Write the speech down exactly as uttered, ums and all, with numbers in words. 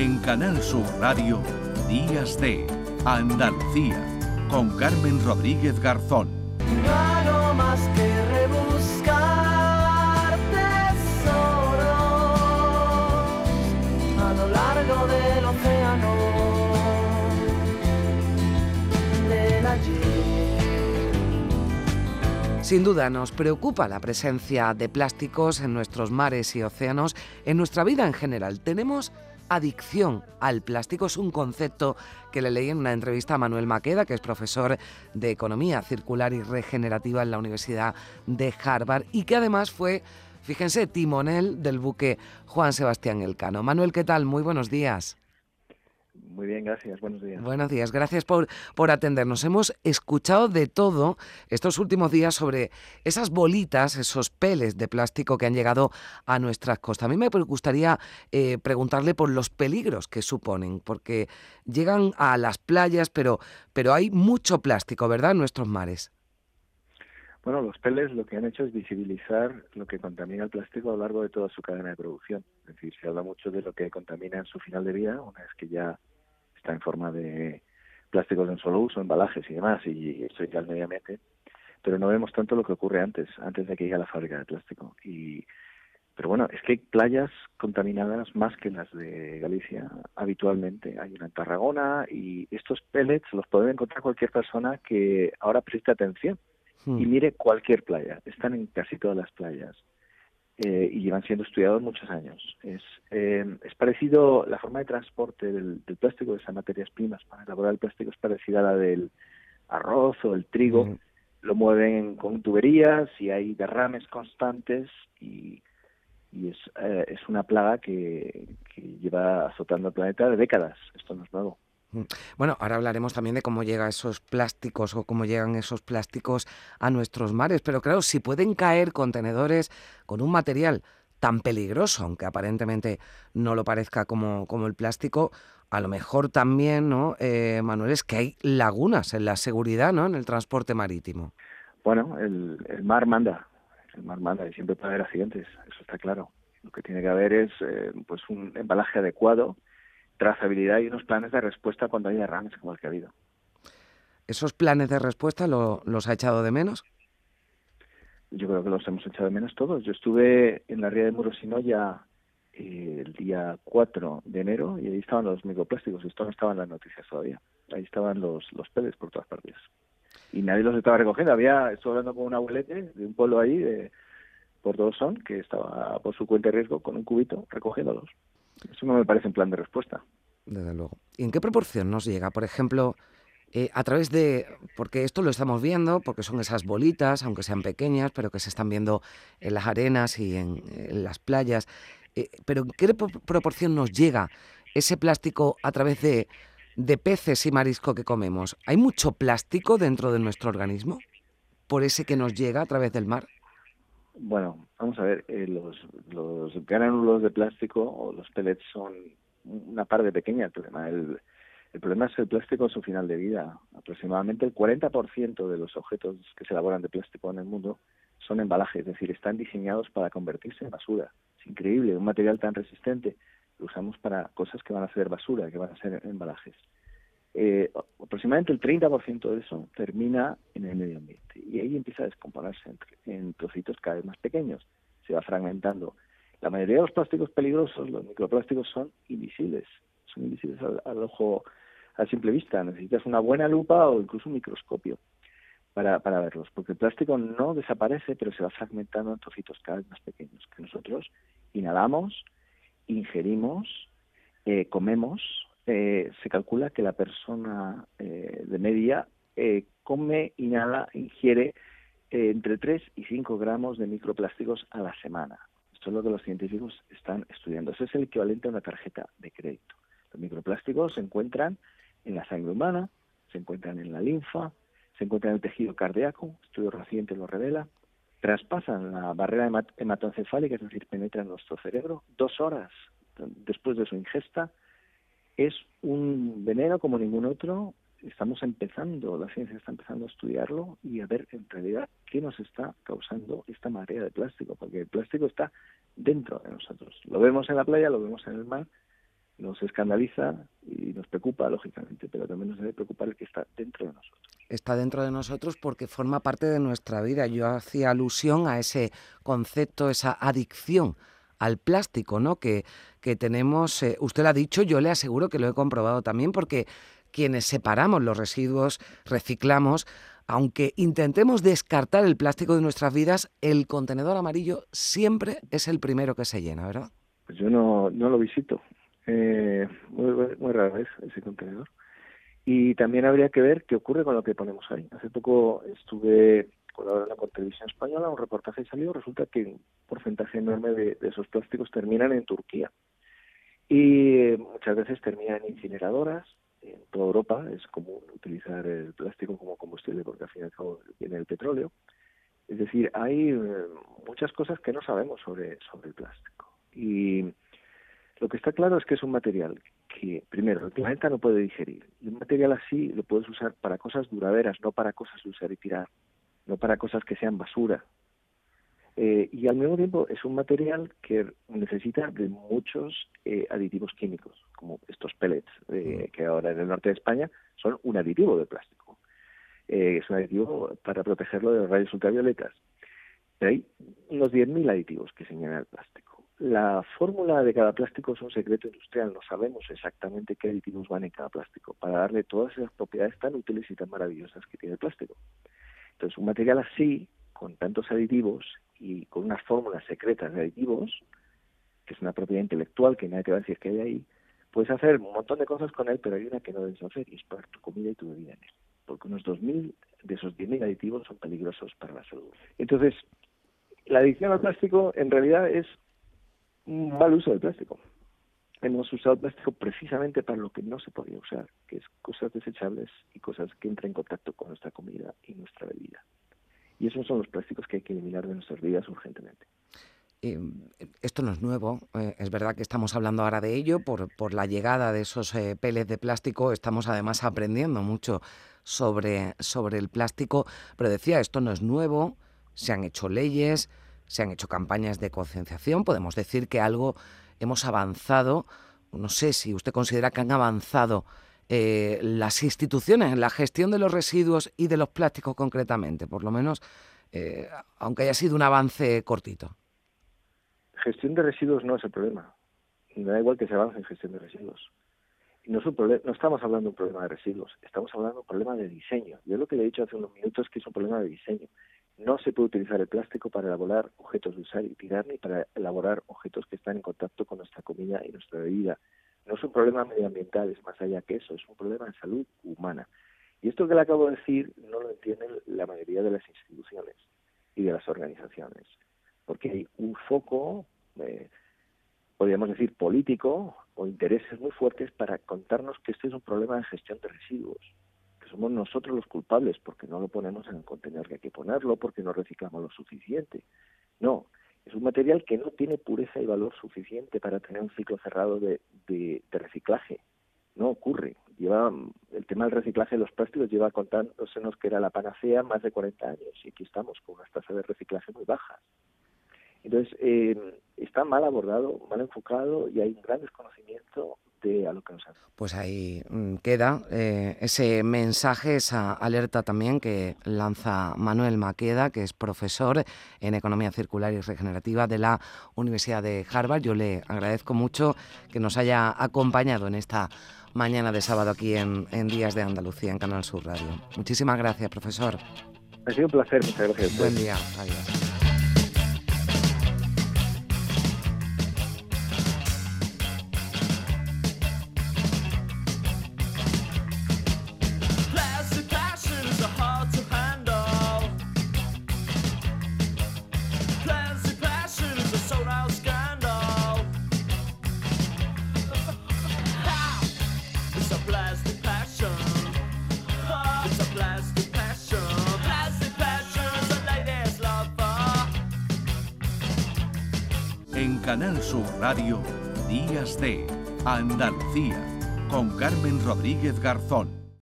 En Canal Sur Radio, Días de Andalucía, con Carmen Rodríguez Garzón. No hago más que rebuscar tesoros a lo largo del océano del ayer. Sin duda nos preocupa la presencia de plásticos en nuestros mares y océanos, en nuestra vida en general. Tenemos adicción al plástico, es un concepto que le leí en una entrevista a Manuel Maqueda, que es profesor de Economía Circular y Regenerativa en la Universidad de Harvard y que además fue, fíjense, timonel del buque Juan Sebastián Elcano. Manuel, ¿qué tal? Muy buenos días. Muy bien, gracias. Buenos días. Buenos días, gracias por, por atendernos. Hemos escuchado de todo estos últimos días sobre esas bolitas, esos peles de plástico que han llegado a nuestras costas. A mí me gustaría eh, preguntarle por los peligros que suponen, porque llegan a las playas, pero, pero hay mucho plástico, ¿verdad?, en nuestros mares. Bueno, los peles lo que han hecho es visibilizar lo que contamina el plástico a lo largo de toda su cadena de producción. Es decir, se habla mucho de lo que contamina en su final de vida, una vez que ya está en forma de plásticos de un solo uso, embalajes y demás, y esto ya al medio ambiente, pero no vemos tanto lo que ocurre antes, antes de que llegue a la fábrica de plástico. Y, pero bueno, es que hay playas contaminadas más que las de Galicia habitualmente. Hay una en Tarragona y estos pellets los puede encontrar cualquier persona que ahora preste atención hmm. y mire cualquier playa. Están en casi todas las playas. Eh, y llevan siendo estudiados muchos años. Es, eh, es parecido, la forma de transporte del, del plástico, de esas materias primas para elaborar el plástico, es parecida a la del arroz o el trigo. Mm. Lo mueven con tuberías y hay derrames constantes y, y es, eh, es una plaga que, que lleva azotando el planeta de décadas. Esto no es nuevo. Bueno, ahora hablaremos también de cómo llegan esos plásticos o cómo llegan esos plásticos a nuestros mares, pero claro, si pueden caer contenedores con un material tan peligroso, aunque aparentemente no lo parezca como, como el plástico, a lo mejor también, ¿no, eh, Manuel, es que hay lagunas en la seguridad, ¿no?, en el transporte marítimo. Bueno, el, el mar manda, el mar manda y siempre puede haber accidentes, eso está claro. Lo que tiene que haber es eh, pues un embalaje adecuado, trazabilidad y unos planes de respuesta cuando hay derrames como el que ha habido. ¿Esos planes de respuesta lo, los ha echado de menos? Yo creo que los hemos echado de menos todos. Yo estuve en la ría de Murosinoya eh, el día cuatro de enero y ahí estaban los microplásticos. Esto no estaba en las noticias todavía. Ahí estaban los, los peles por todas partes. Y nadie los estaba recogiendo. Había, estuve hablando con un abuelete de un pueblo ahí, de Pordosón, que estaba por su cuenta de riesgo con un cubito recogiéndolos. Eso no me parece un plan de respuesta. Desde luego. ¿Y en qué proporción nos llega? Por ejemplo, eh, a través de... Porque esto lo estamos viendo, porque son esas bolitas, aunque sean pequeñas, pero que se están viendo en las arenas y en, en las playas. Eh, pero ¿en qué proporción nos llega ese plástico a través de, de peces y marisco que comemos? ¿Hay mucho plástico dentro de nuestro organismo por ese que nos llega a través del mar? Bueno, vamos a ver, eh, los, los granulos de plástico o los pellets son una parte pequeña del problema. El, el problema es el plástico en su final de vida. Aproximadamente el cuarenta por ciento de los objetos que se elaboran de plástico en el mundo son embalajes, es decir, están diseñados para convertirse en basura. Es increíble, un material tan resistente lo usamos para cosas que van a ser basura, que van a ser embalajes. Eh, aproximadamente el treinta por ciento de eso termina en el medio ambiente y ahí empieza a descomponerse en, en trocitos cada vez más pequeños, se va fragmentando. La mayoría de los plásticos peligrosos, los microplásticos, son invisibles, son invisibles al, al ojo a simple vista. Necesitas una buena lupa o incluso un microscopio para, para verlos, porque el plástico no desaparece, pero se va fragmentando en trocitos cada vez más pequeños que nosotros inhalamos, ingerimos, eh, comemos. Eh, se calcula que la persona eh, de media eh, come, inhala, ingiere eh, entre tres y cinco gramos de microplásticos a la semana. Esto es lo que los científicos están estudiando. Eso es el equivalente a una tarjeta de crédito. Los microplásticos se encuentran en la sangre humana, se encuentran en la linfa, se encuentran en el tejido cardíaco, estudios recientes lo revela, traspasan la barrera hemat- hematoencefálica, es decir, penetran nuestro cerebro, dos horas después de su ingesta. Es un veneno como ningún otro. Estamos empezando, la ciencia está empezando a estudiarlo y a ver en realidad qué nos está causando esta marea de plástico, porque el plástico está dentro de nosotros. Lo vemos en la playa, lo vemos en el mar, nos escandaliza y nos preocupa, lógicamente, pero también nos debe preocupar el que está dentro de nosotros. Está dentro de nosotros porque forma parte de nuestra vida. Yo hacía alusión a ese concepto, esa adicción al plástico, ¿no? Que, que tenemos, eh, usted lo ha dicho, yo le aseguro que lo he comprobado también, porque quienes separamos los residuos, reciclamos, aunque intentemos descartar el plástico de nuestras vidas, el contenedor amarillo siempre es el primero que se llena, ¿verdad? Pues yo no, no lo visito, eh, muy, muy rara vez ese contenedor. Y también habría que ver qué ocurre con lo que ponemos ahí. Hace poco estuve colaborando con Televisión Española, un reportaje salió, resulta que un porcentaje enorme de, de esos plásticos terminan en Turquía. Y muchas veces terminan en incineradoras. En toda Europa es común utilizar el plástico como combustible porque al fin y al cabo viene el petróleo. Es decir, hay eh, muchas cosas que no sabemos sobre, sobre el plástico. Y lo que está claro es que es un material que, primero, el planeta no puede digerir. Y un material así lo puedes usar para cosas duraderas, no para cosas de usar y tirar, no para cosas que sean basura. Eh, y al mismo tiempo es un material que necesita de muchos eh, aditivos químicos, como estos pellets, eh, que ahora en el norte de España son un aditivo de plástico. Eh, es un aditivo para protegerlo de los rayos ultravioletas. Pero hay unos diez mil aditivos que se añaden al plástico. La fórmula de cada plástico es un secreto industrial, no sabemos exactamente qué aditivos van en cada plástico para darle todas esas propiedades tan útiles y tan maravillosas que tiene el plástico. Entonces, un material así, con tantos aditivos y con unas fórmulas secretas de aditivos, que es una propiedad intelectual que nadie te va a decir que hay ahí, puedes hacer un montón de cosas con él, pero hay una que no debes hacer y es poner tu comida y tu bebida en él. Porque unos dos mil de esos diez mil aditivos son peligrosos para la salud. Entonces, la adicción al plástico en realidad es un mal uso del plástico. Hemos usado el plástico precisamente para lo que no se podía usar, que es cosas desechables y cosas que entran en contacto con nuestra comida y nuestra bebida. Y esos son los plásticos que hay que eliminar de nuestras vidas urgentemente. Eh, esto no es nuevo, eh, es verdad que estamos hablando ahora de ello por, por la llegada de esos eh, pellets de plástico. Estamos además aprendiendo mucho sobre, sobre el plástico, pero decía, esto no es nuevo, se han hecho leyes, se han hecho campañas de concienciación, podemos decir que algo hemos avanzado. No sé si usted considera que han avanzado eh, las instituciones en la gestión de los residuos y de los plásticos concretamente, por lo menos, eh, aunque haya sido un avance cortito. Gestión de residuos no es el problema. Me da igual que se avance en gestión de residuos. No, es un problema, no estamos hablando de un problema de residuos, estamos hablando de un problema de diseño. Yo lo que le he dicho hace unos minutos es que es un problema de diseño. No se puede utilizar el plástico para elaborar objetos de usar y tirar, ni para elaborar objetos que están en contacto con nuestra comida y nuestra bebida. No es un problema medioambiental, es más allá que eso, es un problema de salud humana. Y esto que le acabo de decir no lo entienden la mayoría de las instituciones y de las organizaciones, porque hay un foco, eh, podríamos decir político, o intereses muy fuertes para contarnos que este es un problema de gestión de residuos, que somos nosotros los culpables porque no lo ponemos en el contenedor que hay que ponerlo, porque no reciclamos lo suficiente. No, es un material que no tiene pureza y valor suficiente para tener un ciclo cerrado de, de, de reciclaje. No ocurre. Lleva el tema del reciclaje de los plásticos lleva contándosenos que era la panacea más de cuarenta años y aquí estamos con unas tasas de reciclaje muy bajas. Entonces, eh, está mal abordado, mal enfocado y hay un gran desconocimiento de a lo que nos hace. Pues ahí queda eh, ese mensaje, esa alerta también que lanza Manuel Maqueda, que es profesor en Economía Circular y Regenerativa de la Universidad de Harvard. Yo le agradezco mucho que nos haya acompañado en esta mañana de sábado aquí en, en Días de Andalucía, en Canal Sur Radio. Muchísimas gracias, profesor. Ha sido un placer, muchas gracias. Buen día, adiós. En Canal Sur Radio, Días de Andalucía, con Carmen Rodríguez Garzón.